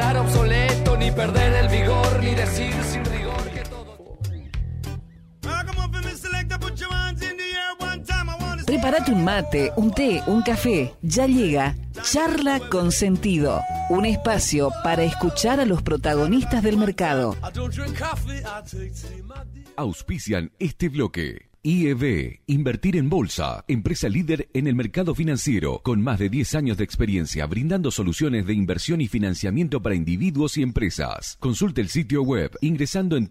quedar obsoleto, ni perder el vigor, ni decir sin rigor que todo... Prepárate un mate, un té, un café. Ya llega Charla con Sentido, un espacio para escuchar a los protagonistas del mercado. Auspician este bloque. IEB, Invertir en Bolsa, empresa líder en el mercado financiero, con más de 10 años de experiencia brindando soluciones de inversión y financiamiento para individuos y empresas. Consulte el sitio web ingresando en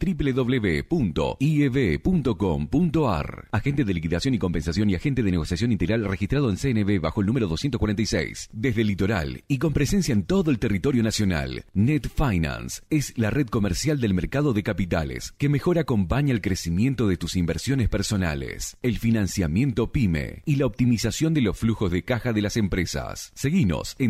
www.ieb.com.ar. Agente de liquidación y compensación y agente de negociación integral registrado en CNB bajo el número 246. Desde el litoral y con presencia en todo el territorio nacional. Net Finance es la red comercial del mercado de capitales que mejor acompaña el crecimiento de tus inversiones personales, el financiamiento PYME y la optimización de los flujos de caja de las empresas. Seguinos en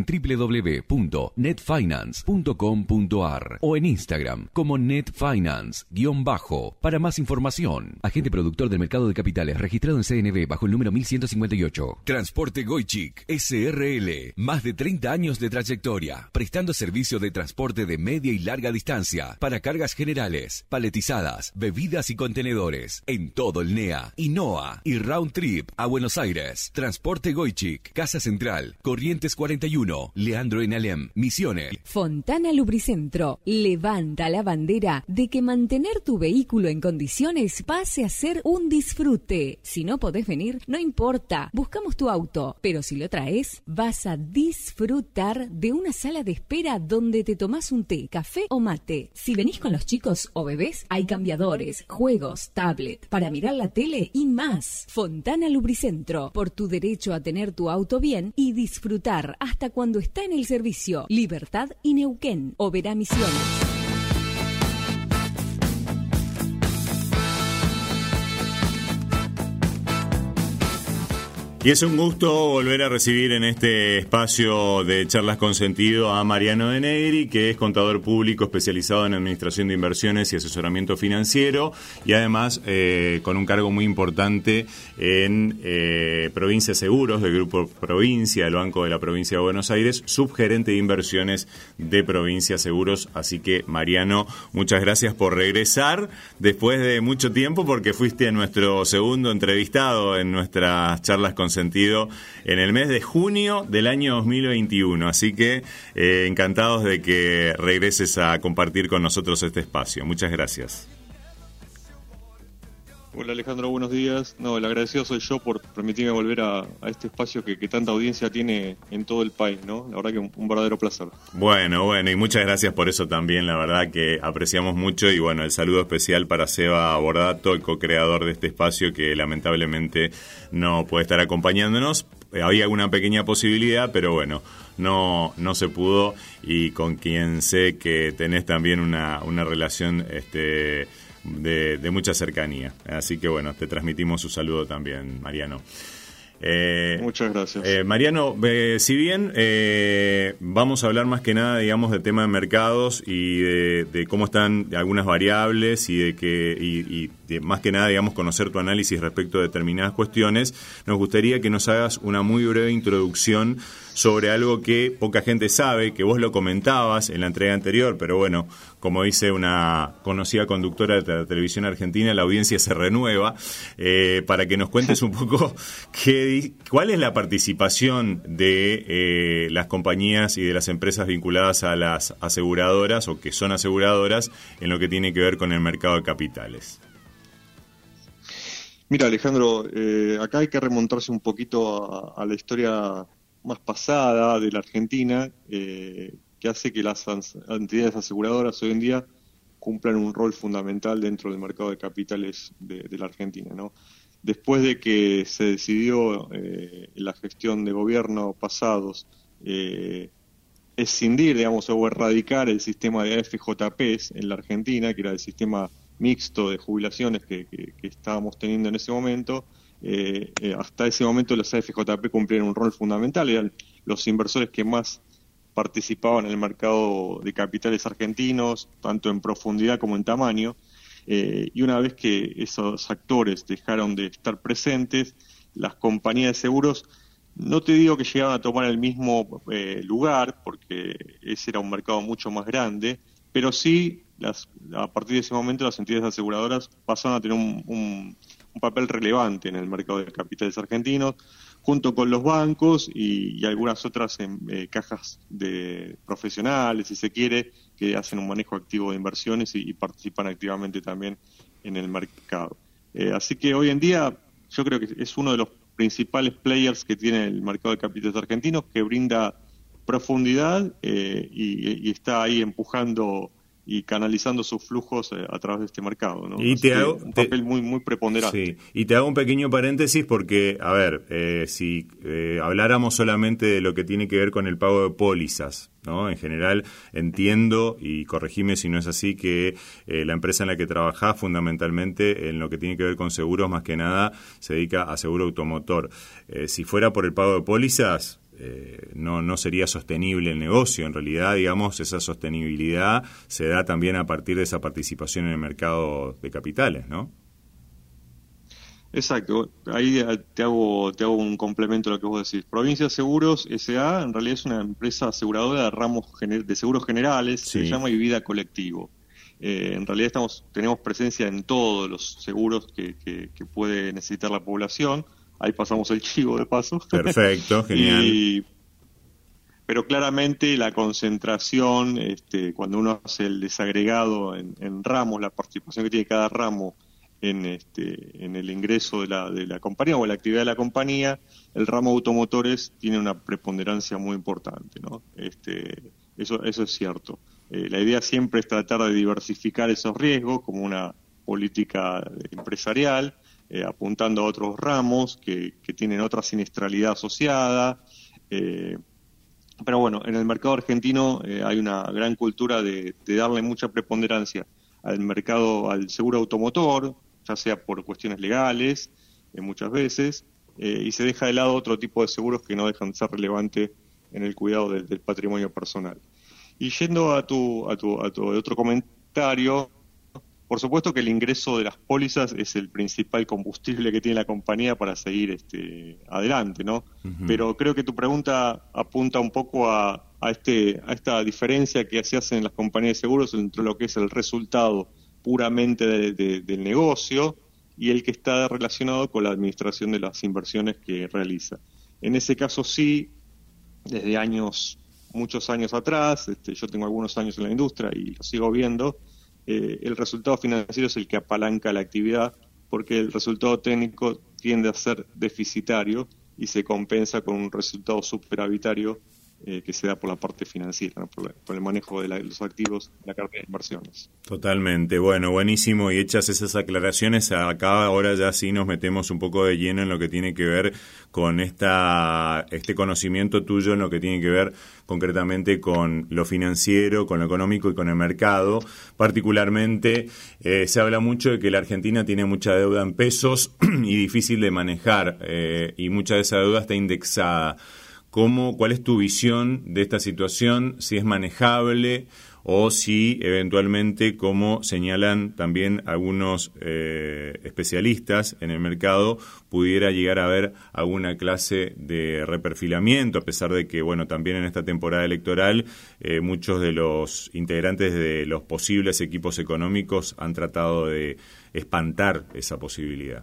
www.netfinance.com.ar o en Instagram como netfinance_. Para más información, agente productor del mercado de capitales registrado en CNB bajo el número 1158. Transporte Goichik SRL, más de 30 años de trayectoria, prestando servicio de transporte de media y larga distancia para cargas generales, paletizadas, bebidas y contenedores en todo el NEA, INOA y Round Trip a Buenos Aires. Transporte Goichik, Casa Central, Corrientes 41, Leandro en Alem, Misiones. Fontana Lubricentro levanta la bandera de que mantener tu vehículo en condiciones pase a ser un disfrute. Si no podés venir, no importa, buscamos tu auto, pero si lo traes, vas a disfrutar de una sala de espera donde te tomás un té, café o mate. Si venís con los chicos o bebés, hay cambiadores, juegos, tablet, para mirar la tele y más. Fontana Lubricentro, por tu derecho a tener tu auto bien y disfrutar hasta cuando está en el servicio. Libertad y Neuquén, Oberá Misiones. Y es un gusto volver a recibir en este espacio de Charlas con Sentido a Mariano De Negri, que es contador público especializado en administración de inversiones y asesoramiento financiero, y además con un cargo muy importante en Provincia Seguros, del Grupo Provincia, del Banco de la Provincia de Buenos Aires, subgerente de inversiones de Provincia Seguros. Así que, Mariano, muchas gracias por regresar después de mucho tiempo, porque fuiste nuestro segundo entrevistado en nuestras Charlas con Sentido en el mes de junio del año 2021, así que encantados de que regreses a compartir con nosotros este espacio. Muchas gracias. Hola Alejandro, buenos días. No, el agradecido soy yo por permitirme volver a este espacio que tanta audiencia tiene en todo el país, ¿no? La verdad que un verdadero placer. Bueno, y muchas gracias por eso también, la verdad que apreciamos mucho, y bueno, el saludo especial para Seba Bordato, el co-creador de este espacio, que lamentablemente no puede estar acompañándonos. Había alguna pequeña posibilidad, pero bueno, no se pudo, y con quien sé que tenés también una relación de mucha cercanía. Así que bueno, te transmitimos su saludo también, Mariano. Muchas gracias. Mariano, si bien vamos a hablar más que nada, digamos, del tema de mercados y de cómo están algunas variables, y de más que nada, digamos, conocer tu análisis respecto a determinadas cuestiones, nos gustaría que nos hagas una muy breve introducción sobre algo que poca gente sabe, que vos lo comentabas en la entrega anterior, pero bueno, como dice una conocida conductora de la televisión argentina, la audiencia se renueva, para que nos cuentes un poco cuál es la participación de las compañías y de las empresas vinculadas a las aseguradoras, o que son aseguradoras, en lo que tiene que ver con el mercado de capitales. Mira, Alejandro, acá hay que remontarse un poquito a la historia más pasada de la Argentina, que hace que las entidades aseguradoras hoy en día cumplan un rol fundamental dentro del mercado de capitales de la Argentina, ¿no? Después de que se decidió en la gestión de gobierno pasados escindir, digamos, o erradicar el sistema de AFJPs en la Argentina, que era el sistema mixto de jubilaciones que estábamos teniendo en ese momento, hasta ese momento los AFJP cumplían un rol fundamental, eran los inversores que más participaban en el mercado de capitales argentinos, tanto en profundidad como en tamaño, y una vez que esos actores dejaron de estar presentes, las compañías de seguros No te digo que llegaron a tomar el mismo lugar, porque ese era un mercado mucho más grande, pero sí, a partir de ese momento las entidades aseguradoras pasaron a tener un papel relevante en el mercado de capitales argentinos, junto con los bancos y algunas otras cajas de profesionales, si se quiere, que hacen un manejo activo de inversiones y participan activamente también en el mercado. Así que hoy en día yo creo que es uno de los principales players que tiene el mercado de capitales argentinos, que brinda profundidad y está ahí empujando y canalizando sus flujos a través de este mercado, ¿no? Y un papel muy preponderante. Sí, y te hago un pequeño paréntesis porque, a ver, si habláramos solamente de lo que tiene que ver con el pago de pólizas, ¿no? En general entiendo, y corregime si no es así, que la empresa en la que trabajás fundamentalmente en lo que tiene que ver con seguros, más que nada, se dedica a seguro automotor. Si fuera por el pago de pólizas, no sería sostenible el negocio. En realidad, digamos, esa sostenibilidad se da también a partir de esa participación en el mercado de capitales, ¿no? Exacto. Ahí te hago un complemento a lo que vos decís. Provincia Seguros S.A. en realidad es una empresa aseguradora de ramos de seguros generales, sí. Se llama y vida colectivo. En realidad tenemos presencia en todos los seguros que puede necesitar la población. Ahí pasamos el chivo de paso. Perfecto, genial. Pero claramente la concentración, cuando uno hace el desagregado en ramos, la participación que tiene cada ramo en el ingreso de la compañía o la actividad de la compañía, el ramo automotores tiene una preponderancia muy importante, ¿no? Eso es cierto. La idea siempre es tratar de diversificar esos riesgos como una política empresarial, apuntando a otros ramos que tienen otra siniestralidad asociada. Pero bueno, en el mercado argentino hay una gran cultura de darle mucha preponderancia al mercado, al seguro automotor, ya sea por cuestiones legales, muchas veces, y se deja de lado otro tipo de seguros que no dejan de ser relevantes en el cuidado del patrimonio personal. Y yendo a tu otro comentario, por supuesto que el ingreso de las pólizas es el principal combustible que tiene la compañía para seguir adelante, ¿no? Uh-huh. Pero creo que tu pregunta apunta un poco a esta diferencia que se hace en las compañías de seguros entre lo que es el resultado puramente del negocio y el que está relacionado con la administración de las inversiones que realiza. En ese caso sí, desde muchos años atrás, yo tengo algunos años en la industria y lo sigo viendo, el resultado financiero es el que apalanca la actividad, porque el resultado técnico tiende a ser deficitario y se compensa con un resultado superavitario que se da por la parte financiera, ¿no? por el manejo de los activos, la cartera de inversiones. Totalmente, bueno, buenísimo, y hechas esas aclaraciones, acá ahora ya sí nos metemos un poco de lleno en lo que tiene que ver con este conocimiento tuyo, en lo que tiene que ver concretamente con lo financiero, con lo económico y con el mercado. Particularmente se habla mucho de que la Argentina tiene mucha deuda en pesos y difícil de manejar, y mucha de esa deuda está indexada. ¿Cuál es tu visión de esta situación? Si es manejable o si eventualmente, como señalan también algunos especialistas en el mercado, pudiera llegar a haber alguna clase de reperfilamiento, a pesar de que, bueno, también en esta temporada electoral muchos de los integrantes de los posibles equipos económicos han tratado de espantar esa posibilidad.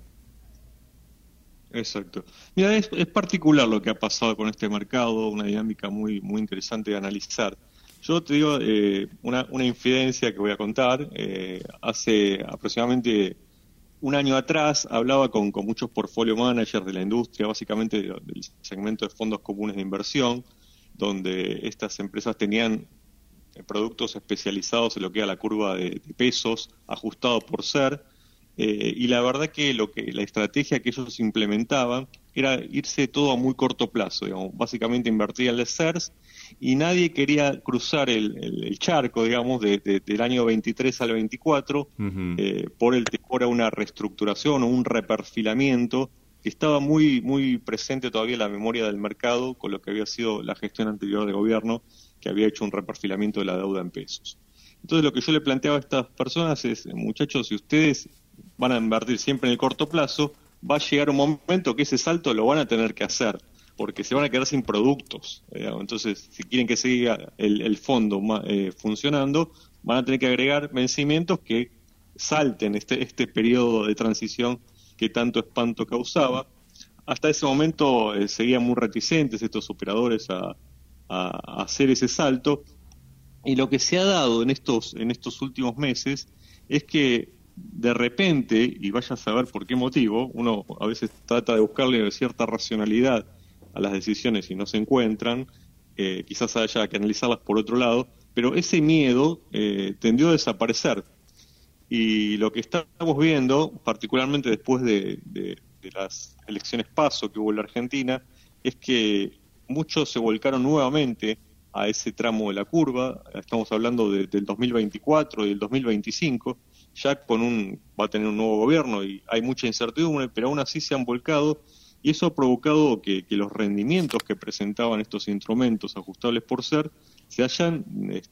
Exacto. Mira, es particular lo que ha pasado con este mercado, una dinámica muy interesante de analizar. Yo te digo una infidencia que voy a contar. Hace aproximadamente un año atrás hablaba con muchos portfolio managers de la industria, básicamente del segmento de fondos comunes de inversión, donde estas empresas tenían productos especializados en lo que era la curva de pesos, ajustado por ser. Y la verdad que la estrategia que ellos implementaban era irse todo a muy corto plazo, digamos, básicamente invertir en los SERS, y nadie quería cruzar el charco, digamos, del año 23 al 24 uh-huh. Por el temor a una reestructuración o un reperfilamiento que estaba muy presente todavía en la memoria del mercado con lo que había sido la gestión anterior de gobierno, que había hecho un reperfilamiento de la deuda en pesos. Entonces lo que yo le planteaba a estas personas es, muchachos, si ustedes van a invertir siempre en el corto plazo, va a llegar un momento que ese salto lo van a tener que hacer, porque se van a quedar sin productos. Entonces, si quieren que siga el fondo funcionando, van a tener que agregar vencimientos que salten este periodo de transición que tanto espanto causaba. Hasta ese momento seguían muy reticentes estos operadores a hacer ese salto, y lo que se ha dado en estos últimos meses es que de repente, y vaya a saber por qué motivo, uno a veces trata de buscarle cierta racionalidad a las decisiones y no se encuentran, quizás haya que analizarlas por otro lado, pero ese miedo tendió a desaparecer. Y lo que estamos viendo, particularmente después de las elecciones PASO que hubo en la Argentina, es que muchos se volcaron nuevamente a ese tramo de la curva. Estamos hablando del 2024 y del 2025, ya va a tener un nuevo gobierno y hay mucha incertidumbre, pero aún así se han volcado, y eso ha provocado que los rendimientos que presentaban estos instrumentos ajustables por ser se hayan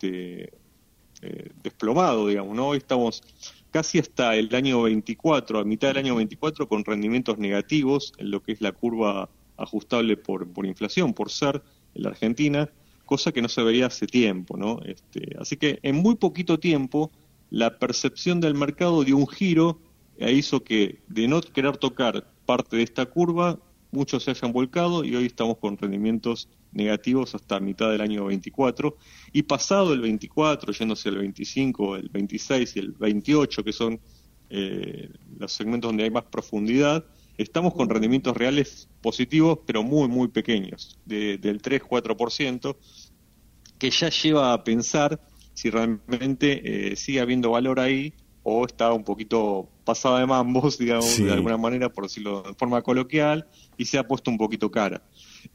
desplomado, digamos, ¿no? Hoy estamos casi hasta el año 24, a mitad del año 24, con rendimientos negativos en lo que es la curva ajustable por inflación, por ser en la Argentina, cosa que no se veía hace tiempo, ¿no? Así que en muy poquito tiempo la percepción del mercado dio un giro e hizo que, de no querer tocar parte de esta curva, muchos se hayan volcado y hoy estamos con rendimientos negativos hasta mitad del año 24, y pasado el 24, yéndose al 25, el 26 y el 28, que son los segmentos donde hay más profundidad, estamos con rendimientos reales positivos, pero muy, muy pequeños, del 3-4%, que ya lleva a pensar si realmente sigue habiendo valor ahí o está un poquito pasada de mambos, digamos, sí, de alguna manera, por decirlo de forma coloquial, y se ha puesto un poquito cara.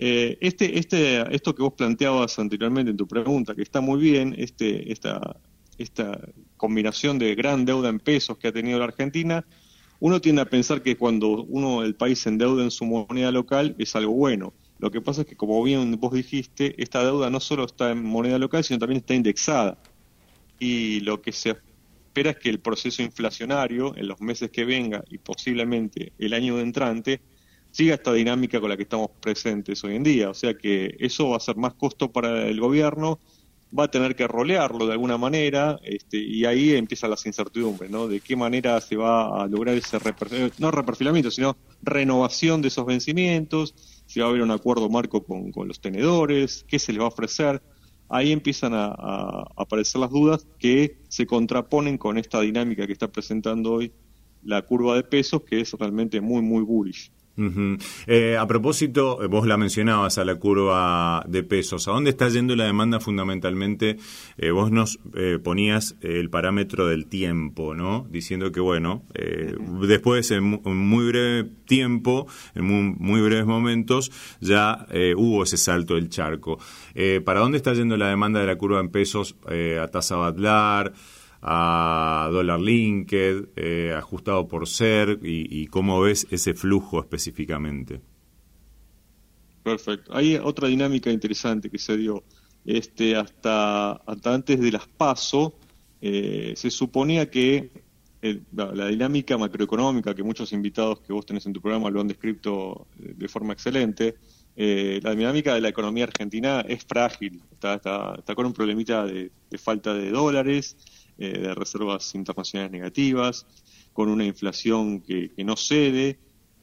Esto que vos planteabas anteriormente en tu pregunta, que está muy bien, esta combinación de gran deuda en pesos que ha tenido la Argentina, uno tiende a pensar que cuando el país se endeuda en su moneda local es algo bueno. Lo que pasa es que, como bien vos dijiste, esta deuda no solo está en moneda local, sino también está indexada. Y lo que se espera es que el proceso inflacionario, en los meses que venga y posiblemente el año entrante, siga esta dinámica con la que estamos presentes hoy en día. O sea que eso va a ser más costo para el gobierno, va a tener que rolearlo de alguna manera, y ahí empiezan las incertidumbres, ¿no? De qué manera se va a lograr ese no reperfilamiento, sino renovación de esos vencimientos, si va a haber un acuerdo marco con los tenedores, qué se les va a ofrecer. Ahí empiezan a aparecer las dudas que se contraponen con esta dinámica que está presentando hoy la curva de pesos, que es realmente muy, muy bullish. Uh-huh. A propósito, vos la mencionabas a la curva de pesos. ¿A dónde está yendo la demanda fundamentalmente? Vos nos ponías el parámetro del tiempo, ¿no? Diciendo que, bueno, después en muy breve tiempo, en muy breves momentos, ya hubo ese salto del charco. ¿Para dónde está yendo la demanda de la curva en pesos? ¿A tasa Badlar? ¿A dólar linked, ajustado por ser, y cómo ves ese flujo específicamente? Perfecto. Hay otra dinámica interesante que se dio. Hasta antes de las PASO, se suponía que la dinámica macroeconómica, que muchos invitados que vos tenés en tu programa lo han descrito de forma excelente, la dinámica de la economía argentina es frágil, está con un problemita de falta de dólares, de reservas internacionales negativas, con una inflación que no cede,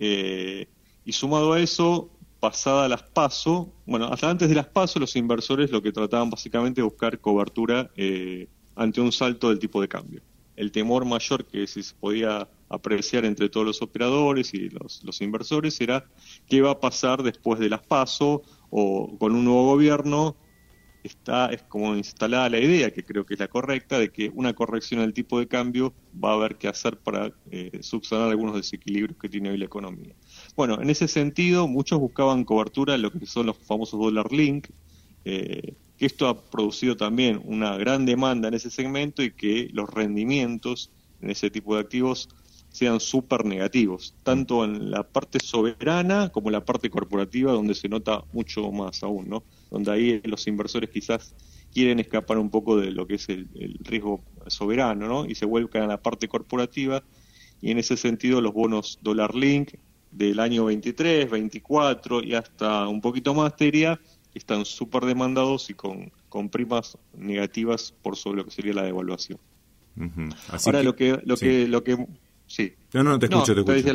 y sumado a eso, pasada las PASO, bueno, hasta antes de las PASO los inversores lo que trataban básicamente de buscar cobertura ante un salto del tipo de cambio. El temor mayor que se podía apreciar entre todos los operadores y los inversores era qué va a pasar después de las PASO o con un nuevo gobierno. Es como instalada la idea, que creo que es la correcta, de que una corrección del tipo de cambio va a haber que hacer para subsanar algunos desequilibrios que tiene hoy la economía. Bueno, en ese sentido, muchos buscaban cobertura en lo que son los famosos dólar link, que esto ha producido también una gran demanda en ese segmento y que los rendimientos en ese tipo de activos sean súper negativos, tanto en la parte soberana como en la parte corporativa, donde se nota mucho más aún, ¿no? Donde ahí los inversores quizás quieren escapar un poco de lo que es el riesgo soberano, ¿no? Y se vuelcan a la parte corporativa, y en ese sentido los bonos dólar link del año 23, 24 y hasta un poquito más, te diría, están súper demandados y con primas negativas por sobre lo que sería la devaluación. Uh-huh. Ahora lo que sí. No, te escucho. Decía,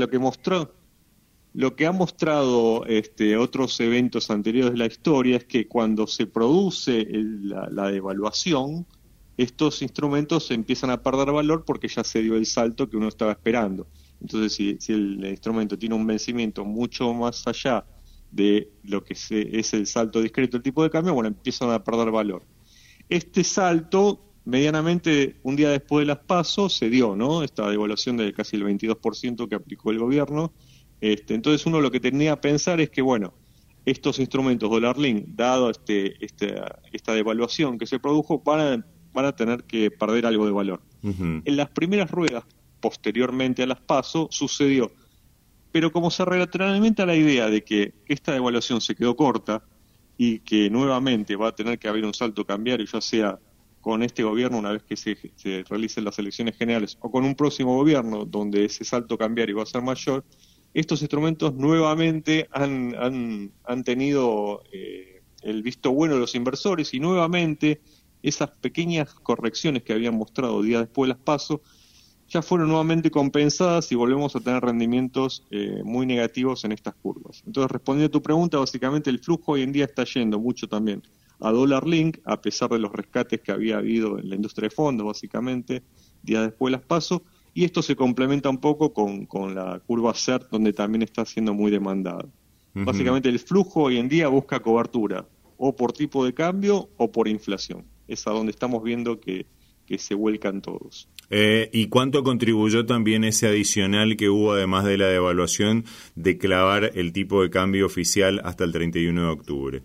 lo que ha mostrado otros eventos anteriores de la historia es que cuando se produce la devaluación, estos instrumentos empiezan a perder valor porque ya se dio el salto que uno estaba esperando. Entonces, si el instrumento tiene un vencimiento mucho más allá de lo que es el salto discreto del tipo de cambio, bueno, empiezan a perder valor. Este salto, medianamente, un día después de las PASO, se dio, ¿no? Esta devaluación de casi el 22% que aplicó el gobierno. Entonces, uno lo que tenía a pensar es que, bueno, estos instrumentos dólar link, dado esta devaluación que se produjo, van a tener que perder algo de valor. Uh-huh. En las primeras ruedas, posteriormente a las PASO, sucedió. Pero como se retroalimenta la idea de que esta devaluación se quedó corta y que nuevamente va a tener que haber un salto cambiario, ya sea con este gobierno una vez que se realicen las elecciones generales o con un próximo gobierno donde ese salto cambiario va a ser mayor, estos instrumentos nuevamente han tenido el visto bueno de los inversores y nuevamente esas pequeñas correcciones que habían mostrado días después de las PASO ya fueron nuevamente compensadas y volvemos a tener rendimientos muy negativos en estas curvas. Entonces, respondiendo a tu pregunta, básicamente el flujo hoy en día está yendo mucho también a dólar link, a pesar de los rescates que había habido en la industria de fondos, básicamente, días después de las PASO, y esto se complementa un poco con la curva CERT, donde también está siendo muy demandada. Uh-huh. Básicamente el flujo hoy en día busca cobertura, o por tipo de cambio o por inflación. Es a donde estamos viendo que se vuelcan todos. ¿Y cuánto contribuyó también ese adicional que hubo, además de la devaluación, de clavar el tipo de cambio oficial hasta el 31 de octubre?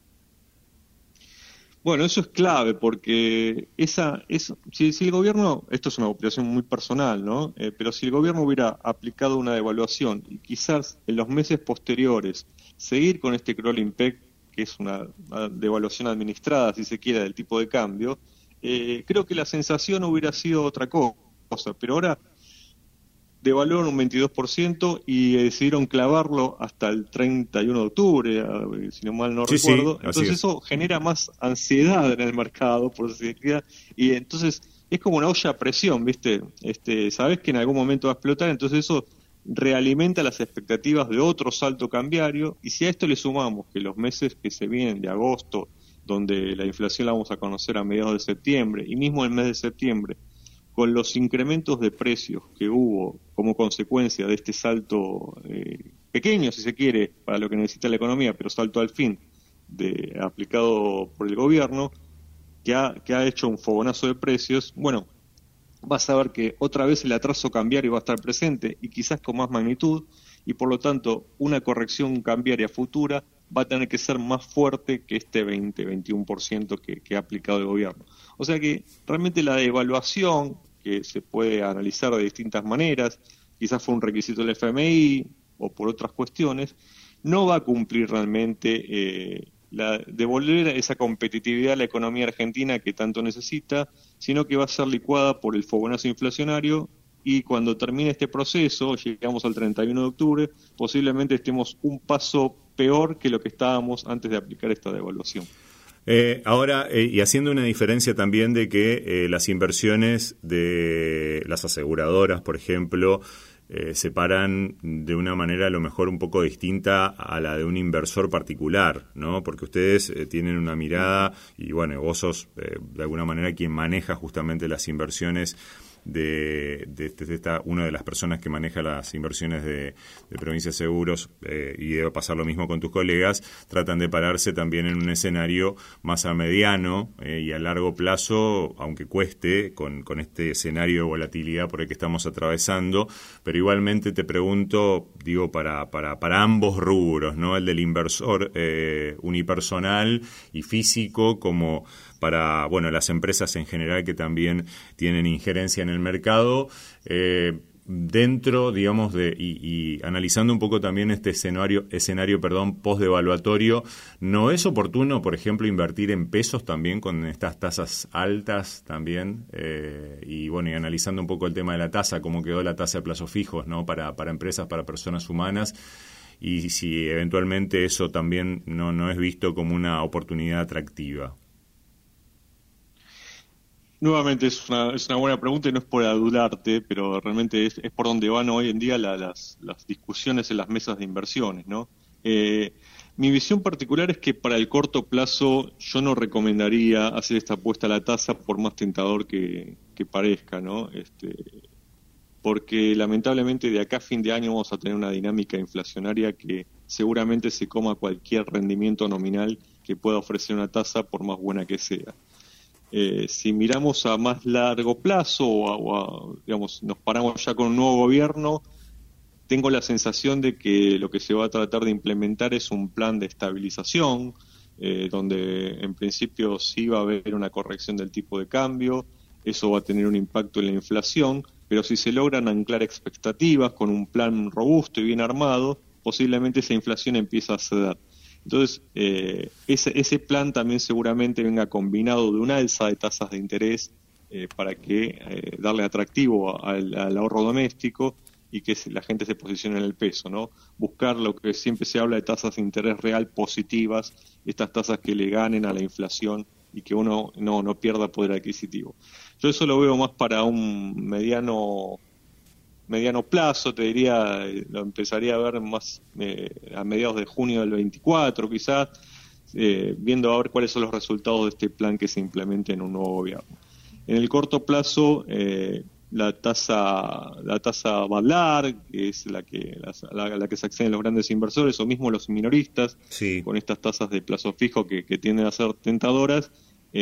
Bueno, eso es clave porque si el gobierno, esto es una operación muy personal, ¿no? Pero si el gobierno hubiera aplicado una devaluación y quizás en los meses posteriores seguir con este crawling peg, que es una devaluación administrada, si se quiere, del tipo de cambio, creo que la sensación hubiera sido otra cosa, pero ahora devaluaron un 22% y decidieron clavarlo hasta el 31 de octubre, si no mal no recuerdo. Sí, entonces eso genera más ansiedad en el mercado, por decir, y entonces es como una olla a presión, ¿viste? Sabes que en algún momento va a explotar, entonces eso realimenta las expectativas de otro salto cambiario, y si a esto le sumamos que los meses que se vienen de agosto, donde la inflación la vamos a conocer a mediados de septiembre, y mismo el mes de septiembre, con los incrementos de precios que hubo como consecuencia de este salto pequeño, si se quiere, para lo que necesita la economía, pero salto al fin, aplicado por el gobierno, que ha hecho un fogonazo de precios, bueno, vas a ver que otra vez el atraso cambiario va a estar presente y quizás con más magnitud, y por lo tanto una corrección cambiaria futura va a tener que ser más fuerte que este 20-21% que ha aplicado el gobierno. O sea que realmente la devaluación, que se puede analizar de distintas maneras, quizás fue un requisito del FMI o por otras cuestiones, no va a cumplir realmente devolver esa competitividad a la economía argentina que tanto necesita, sino que va a ser licuada por el fogonazo inflacionario, y cuando termine este proceso, llegamos al 31 de octubre, posiblemente estemos un paso peor que lo que estábamos antes de aplicar esta devaluación. Ahora, y haciendo una diferencia también de que las inversiones de las aseguradoras, por ejemplo, se paran de una manera a lo mejor un poco distinta a la de un inversor particular, ¿no? Porque ustedes tienen una mirada, y bueno, vos sos de alguna manera quien maneja justamente las inversiones de una de las personas que maneja las inversiones de Provincia Seguros, y debe pasar lo mismo con tus colegas, tratan de pararse también en un escenario más a mediano y a largo plazo, aunque cueste con este escenario de volatilidad por el que estamos atravesando, pero igualmente te pregunto, digo, para ambos rubros, ¿no? El del inversor unipersonal y físico, como para, bueno, las empresas en general que también tienen injerencia en el mercado, dentro, digamos, y analizando un poco también este escenario, post-devaluatorio, ¿no es oportuno, por ejemplo, invertir en pesos también con estas tasas altas también? Y analizando un poco el tema de la tasa, cómo quedó la tasa de plazos fijos, ¿no? Para empresas, para personas humanas, y si eventualmente eso también no es visto como una oportunidad atractiva. Nuevamente es una buena pregunta y no es por adularte, pero realmente es por donde van hoy en día las discusiones en las mesas de inversiones, ¿no? Mi visión particular es que para el corto plazo yo no recomendaría hacer esta apuesta a la tasa, por más tentador que parezca, ¿no? Porque lamentablemente de acá a fin de año vamos a tener una dinámica inflacionaria que seguramente se coma cualquier rendimiento nominal que pueda ofrecer una tasa, por más buena que sea. Si miramos a más largo plazo digamos, nos paramos ya con un nuevo gobierno, tengo la sensación de que lo que se va a tratar de implementar es un plan de estabilización, donde en principio sí va a haber una corrección del tipo de cambio, eso va a tener un impacto en la inflación, pero si se logran anclar expectativas con un plan robusto y bien armado, posiblemente esa inflación empieza a ceder. Entonces, ese plan también seguramente venga combinado de una alza de tasas de interés para que darle atractivo al ahorro doméstico y que la gente se posicione en el peso, ¿no? Buscar lo que siempre se habla de tasas de interés real positivas, estas tasas que le ganen a la inflación y que uno no pierda poder adquisitivo. Yo eso lo veo más para un mediano plazo, te diría, lo empezaría a ver más a mediados de junio del 24 quizás, viendo a ver cuáles son los resultados de este plan que se implemente en un nuevo gobierno. En el corto plazo, la tasa Badlar, que es la que se acceden los grandes inversores o mismo los minoristas, sí, con estas tasas de plazo fijo que tienden a ser tentadoras,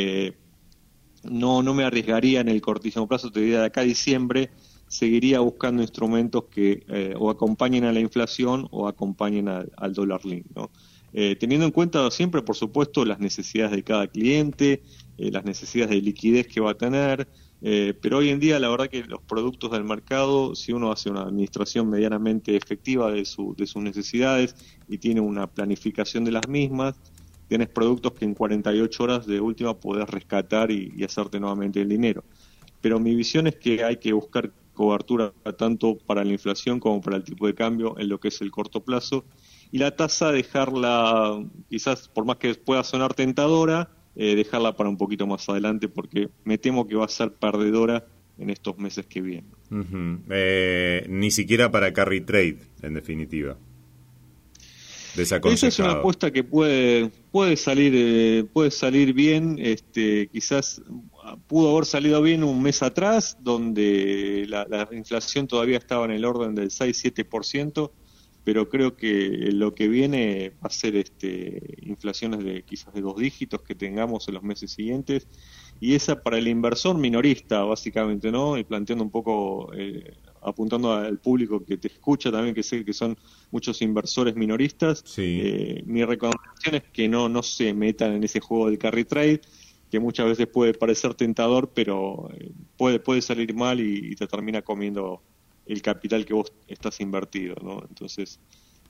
no me arriesgaría en el cortísimo plazo, te diría de acá a diciembre, seguiría buscando instrumentos que o acompañen a la inflación o acompañen al dólar link, ¿no? Teniendo en cuenta siempre, por supuesto, las necesidades de cada cliente, las necesidades de liquidez que va a tener, pero hoy en día la verdad que los productos del mercado, si uno hace una administración medianamente efectiva de sus necesidades y tiene una planificación de las mismas, tienes productos que en 48 horas de última podés rescatar y hacerte nuevamente el dinero. Pero mi visión es que hay que buscar cobertura tanto para la inflación como para el tipo de cambio en lo que es el corto plazo, y la tasa dejarla, quizás por más que pueda sonar tentadora, dejarla para un poquito más adelante, porque me temo que va a ser perdedora en estos meses que vienen. Uh-huh. Ni siquiera para carry trade, en definitiva. Esa es una apuesta que puede salir bien, quizás pudo haber salido bien un mes atrás, donde la inflación todavía estaba en el orden del 6-7%, pero creo que lo que viene va a ser inflaciones de quizás de 2 dígitos que tengamos en los meses siguientes, y esa para el inversor minorista, básicamente, ¿no? Y planteando un poco, apuntando al público que te escucha también, que sé que son muchos inversores minoristas, sí. Mi recomendación es que no se metan en ese juego del carry trade, que muchas veces puede parecer tentador, pero puede salir mal y te termina comiendo el capital que vos estás invertido, ¿no? Entonces,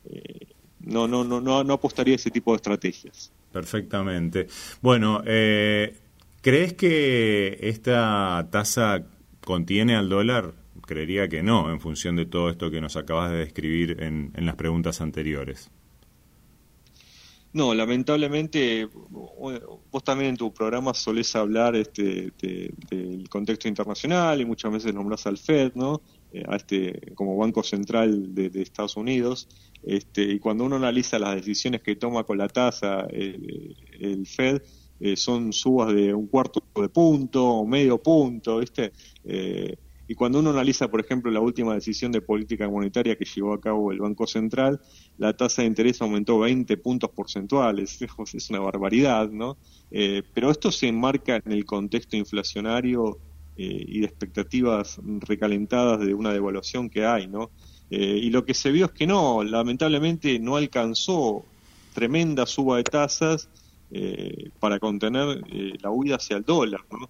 no apostaría a ese tipo de estrategias. Perfectamente. Bueno, ¿crees que esta tasa contiene al dólar? Creería que no, en función de todo esto que nos acabas de describir en las preguntas anteriores. No, lamentablemente, vos también en tu programa solés hablar del contexto internacional y muchas veces nombrás al Fed, ¿no? Como Banco Central de Estados Unidos, y cuando uno analiza las decisiones que toma con la tasa el Fed, son subas de 1/4 de punto o medio punto, ¿viste? Y cuando uno analiza, por ejemplo, la última decisión de política monetaria que llevó a cabo el Banco Central, la tasa de interés aumentó 20 puntos porcentuales. Es una barbaridad, ¿no? Pero esto se enmarca en el contexto inflacionario y de expectativas recalentadas de una devaluación que hay, ¿no? Y lo que se vio es que no, lamentablemente no alcanzó tremenda suba de tasas para contener la huida hacia el dólar, ¿no?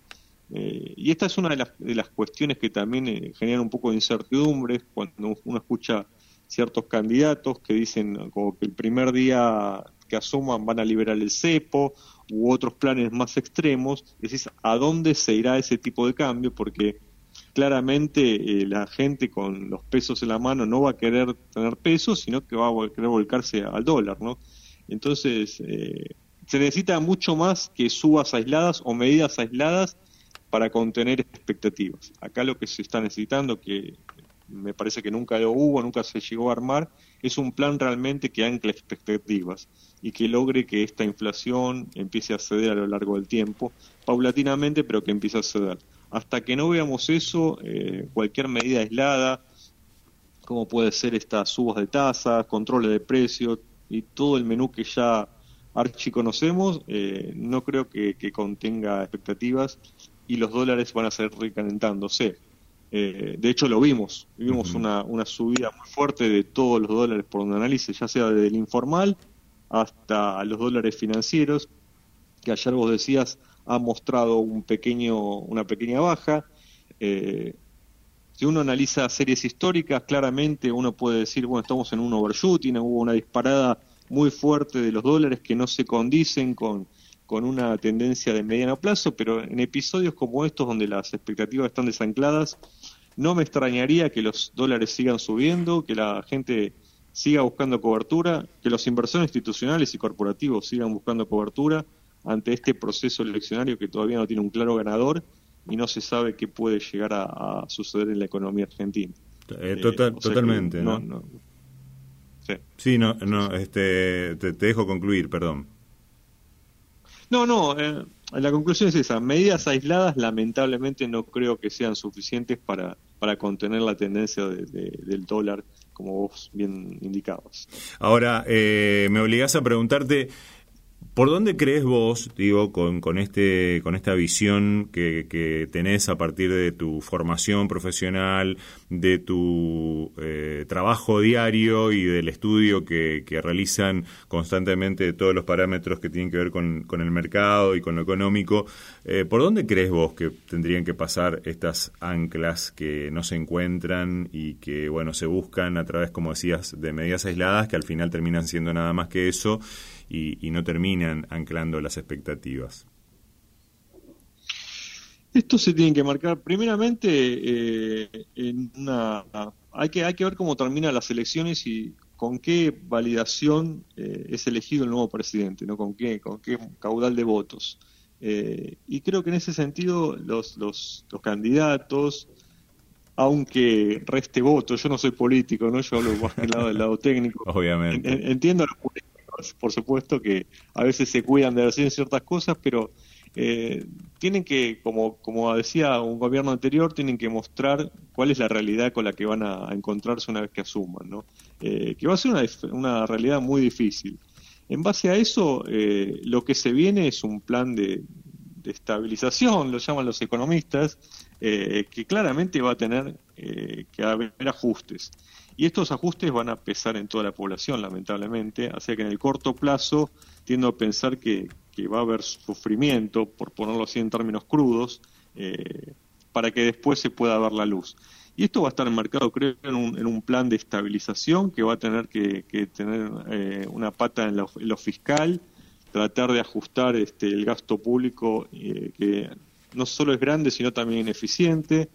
Y esta es una de las cuestiones que también generan un poco de incertidumbre cuando uno escucha ciertos candidatos que dicen como que el primer día que asuman van a liberar el cepo u otros planes más extremos. Decís, ¿a dónde se irá ese tipo de cambio? Porque claramente la gente con los pesos en la mano no va a querer tener pesos, sino que va a querer volcarse al dólar, ¿no? Entonces, se necesita mucho más que subas aisladas o medidas aisladas para contener expectativas. Acá lo que se está necesitando, que me parece que nunca lo hubo, nunca se llegó a armar, es un plan realmente que ancle expectativas y que logre que esta inflación empiece a ceder a lo largo del tiempo, paulatinamente, pero que empiece a ceder. Hasta que no veamos eso, cualquier medida aislada, como puede ser estas subas de tasas, controles de precios y todo el menú que ya archiconocemos, no creo que contenga expectativas y los dólares van a seguir recalentándose. De hecho lo vimos una subida muy fuerte de todos los dólares por un análisis, ya sea desde el informal hasta los dólares financieros, que ayer vos decías ha mostrado una pequeña baja. Si uno analiza series históricas, claramente uno puede decir, bueno, estamos en un overshooting, hubo una disparada muy fuerte de los dólares que no se condicen con una tendencia de mediano plazo, pero en episodios como estos, donde las expectativas están desancladas, no me extrañaría que los dólares sigan subiendo, que la gente siga buscando cobertura, que los inversores institucionales y corporativos sigan buscando cobertura ante este proceso eleccionario que todavía no tiene un claro ganador y no se sabe qué puede llegar a suceder en la economía argentina. Totalmente, ¿no? Sí, te dejo concluir, perdón. La conclusión es esa. Medidas aisladas lamentablemente no creo que sean suficientes para contener la tendencia del dólar, como vos bien indicabas. Ahora, me obligás a preguntarte, ¿por dónde crees vos, digo, con esta visión que tenés a partir de tu formación profesional, de tu trabajo diario y del estudio que realizan constantemente de todos los parámetros que tienen que ver con el mercado y con lo económico, ¿por dónde crees vos que tendrían que pasar estas anclas que no se encuentran y que, bueno, se buscan a través, como decías, de medidas aisladas que al final terminan siendo nada más que eso y no terminan anclando las expectativas? Esto se tiene que marcar primeramente hay que ver cómo terminan las elecciones y con qué validación es elegido el nuevo presidente, ¿no? Con qué caudal de votos. Y creo que en ese sentido los candidatos, aunque reste voto, yo no soy político, ¿no? Yo hablo más que del lado técnico. Obviamente. Entiendo a los políticos, por supuesto, que a veces se cuidan de decir ciertas cosas, pero tienen que, como decía un gobierno anterior, tienen que mostrar cuál es la realidad con la que van a encontrarse una vez que asuman, ¿no? Que va a ser una realidad muy difícil. En base a eso, lo que se viene es un plan de estabilización, lo llaman los economistas, que claramente va a tener que haber ajustes. Y estos ajustes van a pesar en toda la población, lamentablemente, así que en el corto plazo tiendo a pensar que va a haber sufrimiento, por ponerlo así en términos crudos, para que después se pueda ver la luz. Y esto va a estar enmarcado, creo, en un plan de estabilización que va a tener que tener una pata en lo fiscal, tratar de ajustar el gasto público, que no solo es grande, sino también ineficiente.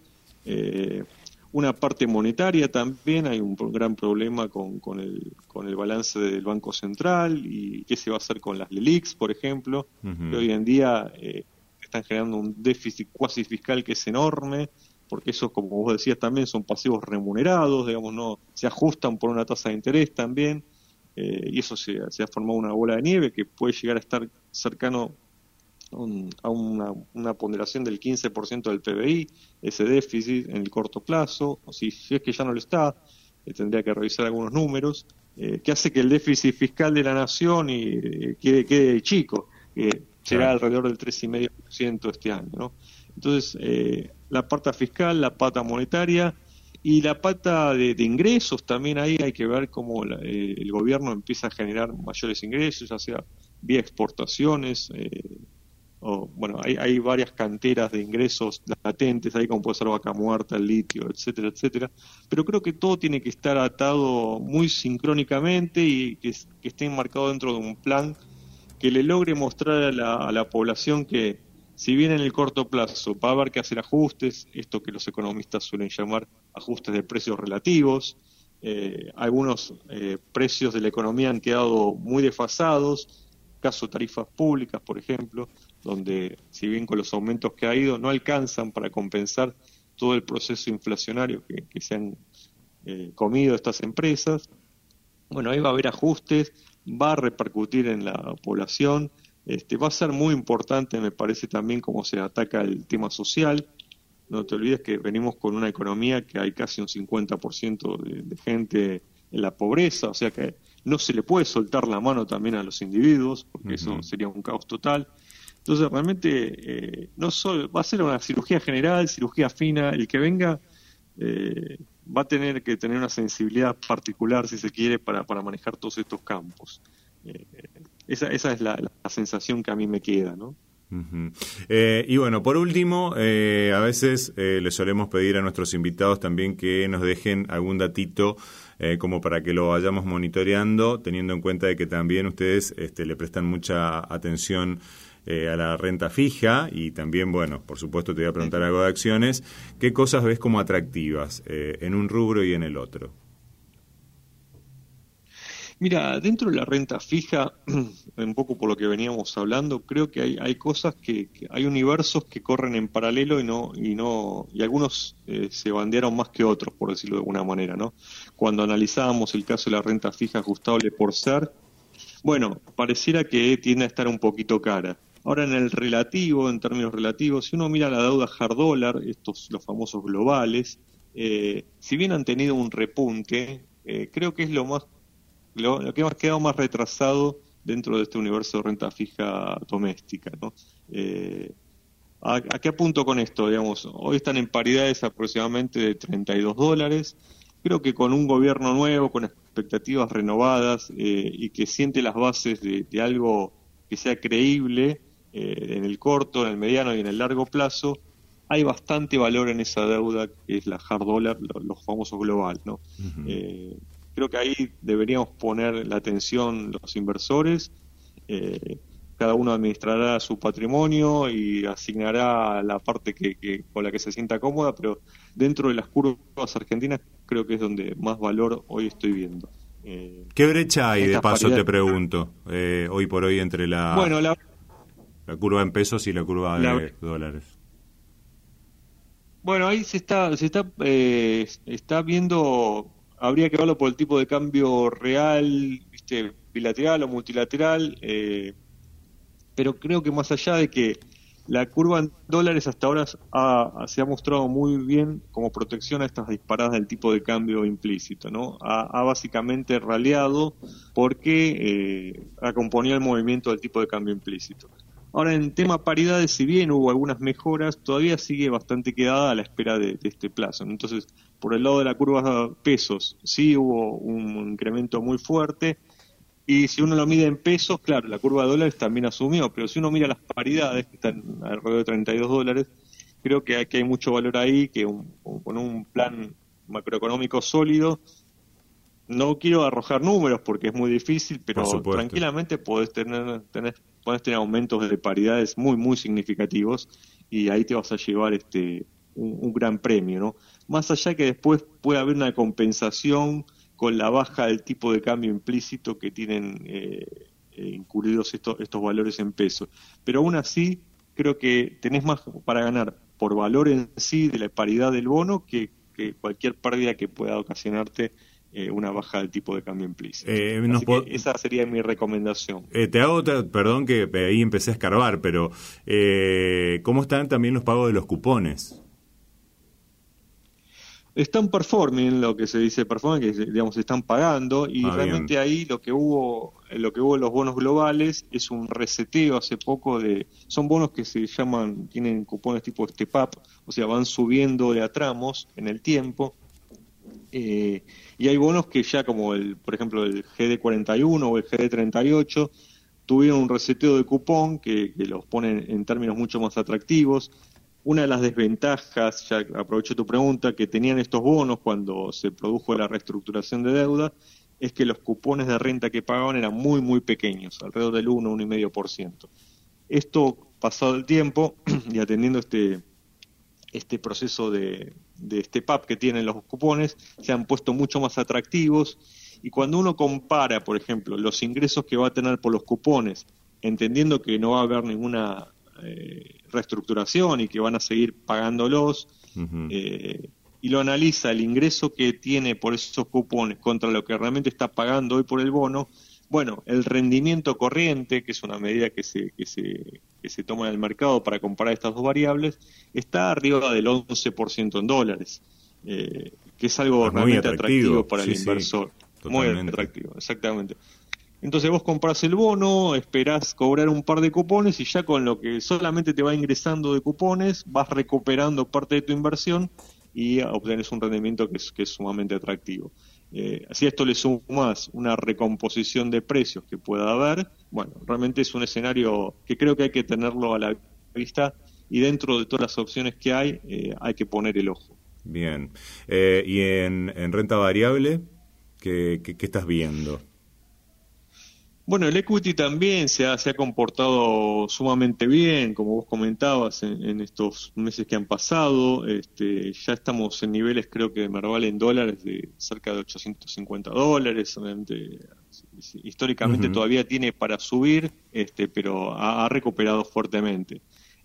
Una parte monetaria también, hay un gran problema con el balance del Banco Central y qué se va a hacer con las LELIQs, por ejemplo, que hoy en día están generando un déficit cuasi fiscal que es enorme, porque esos, como vos decías, también son pasivos remunerados, digamos, no se ajustan por una tasa de interés también, y eso se ha formado una bola de nieve que puede llegar a estar cercano a una ponderación del 15% del PBI, ese déficit en el corto plazo, o si es que ya no lo está, tendría que revisar algunos números, que hace que el déficit fiscal de la nación quede chico, será alrededor del 3,5% este año, ¿no? Entonces, la pata fiscal, la pata monetaria y la pata de ingresos también, ahí hay que ver cómo el gobierno empieza a generar mayores ingresos, ya sea vía exportaciones, bueno, hay varias canteras de ingresos latentes ahí, como puede ser vaca muerta, el litio, etcétera, etcétera, pero creo que todo tiene que estar atado muy sincrónicamente y que esté enmarcado dentro de un plan que le logre mostrar a la población que, si bien en el corto plazo va a haber que hacer ajustes, esto que los economistas suelen llamar ajustes de precios relativos, algunos precios de la economía han quedado muy desfasados, caso tarifas públicas, por ejemplo, donde si bien con los aumentos que ha ido no alcanzan para compensar todo el proceso inflacionario que se han comido estas empresas. Bueno, ahí va a haber ajustes, va a repercutir en la población, va a ser muy importante, me parece también, cómo se ataca el tema social. No te olvides que venimos con una economía que hay casi un 50% de gente en la pobreza, o sea que no se le puede soltar la mano también a los individuos, porque eso sería un caos total. Entonces, realmente no solo va a ser una cirugía general, cirugía fina, el que venga va a tener que tener una sensibilidad particular, si se quiere, para manejar todos estos campos. Esa es la sensación que a mí me queda, ¿no? Y bueno, por último, a veces le solemos pedir a nuestros invitados también que nos dejen algún datito como para que lo vayamos monitoreando, teniendo en cuenta de que también ustedes le prestan mucha atención a la renta fija y también, bueno, por supuesto te voy a preguntar algo de acciones. ¿Qué cosas ves como atractivas en un rubro y en el otro? Mira, dentro de la renta fija, un poco por lo que veníamos hablando, creo que hay cosas que hay universos que corren en paralelo y algunos se bandearon más que otros, por decirlo de alguna manera, ¿no? Cuando analizábamos el caso de la renta fija ajustable por SER, bueno, pareciera que tiende a estar un poquito cara. Ahora en el relativo, en términos relativos, si uno mira la deuda hard dollar, los famosos globales, si bien han tenido un repunte, creo que es lo que ha quedado más retrasado dentro de este universo de renta fija doméstica, ¿no? ¿A qué apunto con esto? Digamos, hoy están en paridades aproximadamente de $32. Creo que con un gobierno nuevo, con expectativas renovadas y que siente las bases de algo que sea creíble en el corto, en el mediano y en el largo plazo, hay bastante valor en esa deuda que es la hard dollar, los famosos global, ¿no? Creo que ahí deberíamos poner la atención los inversores. Cada uno administrará su patrimonio y asignará la parte con la que se sienta cómoda, pero dentro de las curvas argentinas creo que es donde más valor hoy estoy viendo. ¿Qué brecha hay, de paso te pregunto, hoy por hoy entre la curva en pesos y la curva de dólares? Bueno, ahí se está viendo, habría que verlo por el tipo de cambio real, bilateral o multilateral, pero creo que más allá de que la curva en dólares hasta ahora se ha mostrado muy bien como protección a estas disparadas del tipo de cambio implícito, ¿no? Ha básicamente raleado porque acompañó el movimiento del tipo de cambio implícito. Ahora, en tema paridades, si bien hubo algunas mejoras, todavía sigue bastante quedada a la espera de este plazo, ¿no? Entonces, por el lado de la curva pesos, sí hubo un incremento muy fuerte. Y si uno lo mide en pesos, claro, la curva de dólares también asumió, pero si uno mira las paridades, que están alrededor de $32, creo que hay mucho valor ahí, que con un plan macroeconómico sólido, no quiero arrojar números porque es muy difícil, pero tranquilamente podés tener aumentos de paridades muy, muy significativos y ahí te vas a llevar un gran premio, ¿no? Más allá que después puede haber una compensación con la baja del tipo de cambio implícito que tienen incluidos estos valores en pesos. Pero aún así, creo que tenés más para ganar por valor en sí de la paridad del bono que cualquier pérdida que pueda ocasionarte una baja del tipo de cambio implícito. Esa sería mi recomendación. Te hago otra, perdón que ahí empecé a escarbar, pero ¿cómo están también los pagos de los cupones? Están performing, lo que se dice performing, que digamos están pagando, y realmente bien. Ahí lo que hubo en los bonos globales es un reseteo hace poco son bonos que se llaman, tienen cupones tipo step up, o sea, van subiendo de a tramos en el tiempo, y hay bonos que ya como por ejemplo el GD41 o el GD38 tuvieron un reseteo de cupón que los pone en términos mucho más atractivos. Una de las desventajas, ya aprovecho tu pregunta, que tenían estos bonos cuando se produjo la reestructuración de deuda, es que los cupones de renta que pagaban eran muy, muy pequeños, alrededor del 1,5%. Esto, pasado el tiempo, y atendiendo este proceso de step up que tienen los cupones, se han puesto mucho más atractivos, y cuando uno compara, por ejemplo, los ingresos que va a tener por los cupones, entendiendo que no va a haber ninguna reestructuración y que van a seguir pagándolos, y lo analiza el ingreso que tiene por esos cupones contra lo que realmente está pagando hoy por el bono, bueno, el rendimiento corriente, que es una medida que se toma en el mercado para comparar estas dos variables, está arriba del 11% en dólares, que es algo realmente atractivo para el inversor. Sí, muy atractivo, exactamente. Entonces vos comprás el bono, esperás cobrar un par de cupones y ya con lo que solamente te va ingresando de cupones vas recuperando parte de tu inversión y obtenés un rendimiento que es sumamente atractivo. Si a esto le sumas una recomposición de precios que pueda haber, bueno, realmente es un escenario que creo que hay que tenerlo a la vista y dentro de todas las opciones que hay que poner el ojo. Bien. ¿Y en renta variable qué estás viendo? Bueno, el equity también se ha comportado sumamente bien, como vos comentabas, en estos meses que han pasado. Ya estamos en niveles, creo que de Merval en dólares, de cerca de $850. Obviamente, históricamente todavía tiene para subir, pero ha recuperado fuertemente.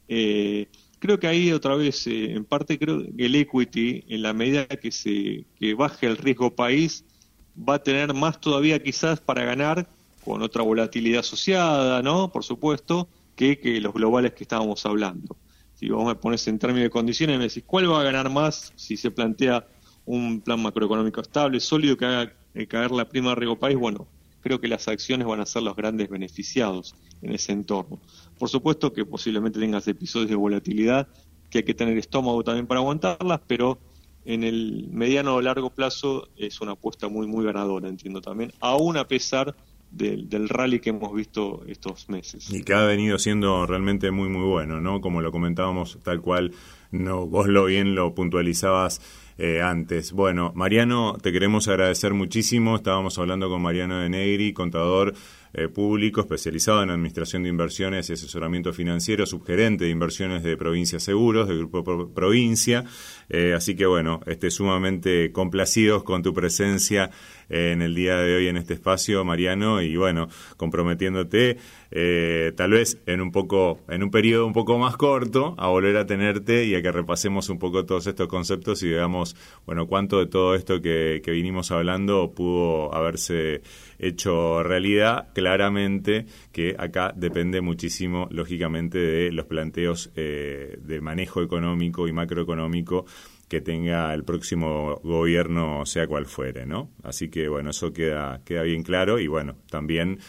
Creo que ahí otra vez, en parte creo que el equity, en la medida que baje el riesgo país, va a tener más todavía quizás para ganar, con otra volatilidad asociada, ¿no? Por supuesto, que los globales que estábamos hablando. Si vos me pones en términos de condiciones, me decís, ¿cuál va a ganar más si se plantea un plan macroeconómico estable, sólido, que haga caer la prima de riesgo país? Bueno, creo que las acciones van a ser los grandes beneficiados en ese entorno. Por supuesto que posiblemente tengas episodios de volatilidad que hay que tener estómago también para aguantarlas, pero en el mediano o largo plazo es una apuesta muy, muy ganadora, entiendo también, aún a pesar del rally que hemos visto estos meses. Y que ha venido siendo realmente muy, muy bueno, ¿no? Como lo comentábamos, tal cual vos bien lo puntualizabas antes. Bueno, Mariano, te queremos agradecer muchísimo. Estábamos hablando con Mariano de Negri, contador público especializado en administración de inversiones y asesoramiento financiero, subgerente de inversiones de Provincia Seguros, del Grupo Provincia. Así que bueno, sumamente complacidos con tu presencia en el día de hoy en este espacio, Mariano, y bueno, comprometiéndote tal vez en un periodo un poco más corto a volver a tenerte y a que repasemos un poco todos estos conceptos y veamos, bueno, cuánto de todo esto que vinimos hablando pudo haberse hecho realidad. Claramente que acá depende muchísimo, lógicamente, de los planteos de manejo económico y macroeconómico que tenga el próximo gobierno, sea cual fuere, ¿no? Así que, bueno, eso queda bien claro y, bueno, también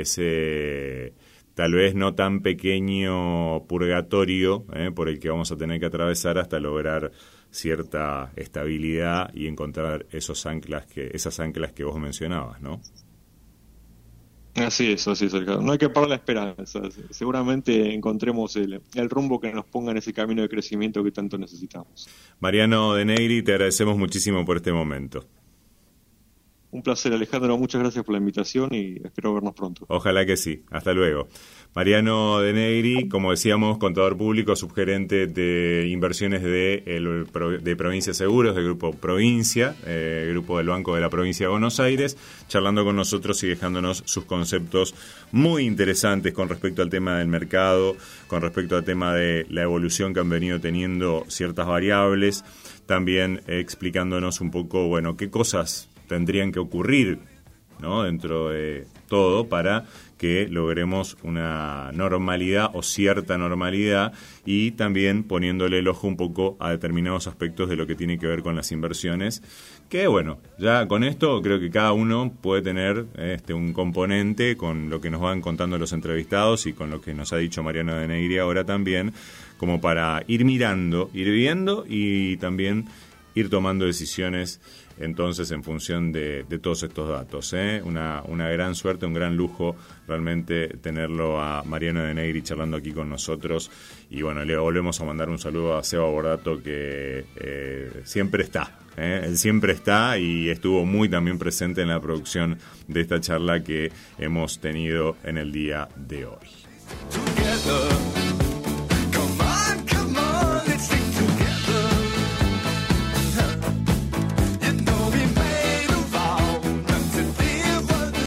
ese tal vez no tan pequeño purgatorio por el que vamos a tener que atravesar hasta lograr cierta estabilidad y encontrar esas anclas que vos mencionabas, ¿no? Así es, Ricardo. No hay que perder la esperanza. Seguramente encontremos el rumbo que nos ponga en ese camino de crecimiento que tanto necesitamos. Mariano de Negri, te agradecemos muchísimo por este momento. Un placer, Alejandro. Muchas gracias por la invitación y espero vernos pronto. Ojalá que sí. Hasta luego. Mariano de Negri, como decíamos, contador público, subgerente de inversiones de Provincia Seguros, del Grupo Provincia, grupo del Banco de la Provincia de Buenos Aires, charlando con nosotros y dejándonos sus conceptos muy interesantes con respecto al tema del mercado, con respecto al tema de la evolución que han venido teniendo ciertas variables, también explicándonos un poco, bueno, qué cosas tendrían que ocurrir, ¿no?, dentro de todo para que logremos una normalidad o cierta normalidad y también poniéndole el ojo un poco a determinados aspectos de lo que tiene que ver con las inversiones, que bueno, ya con esto creo que cada uno puede tener un componente con lo que nos van contando los entrevistados y con lo que nos ha dicho Mariano de Negri ahora también, como para ir mirando, ir viendo y también ir tomando decisiones entonces en función de todos estos datos. Una gran suerte, un gran lujo realmente tenerlo a Mariano de Negri charlando aquí con nosotros. Y bueno, le volvemos a mandar un saludo a Seba Bordato, que siempre está. Él siempre está y estuvo muy también presente en la producción de esta charla que hemos tenido en el día de hoy. Together.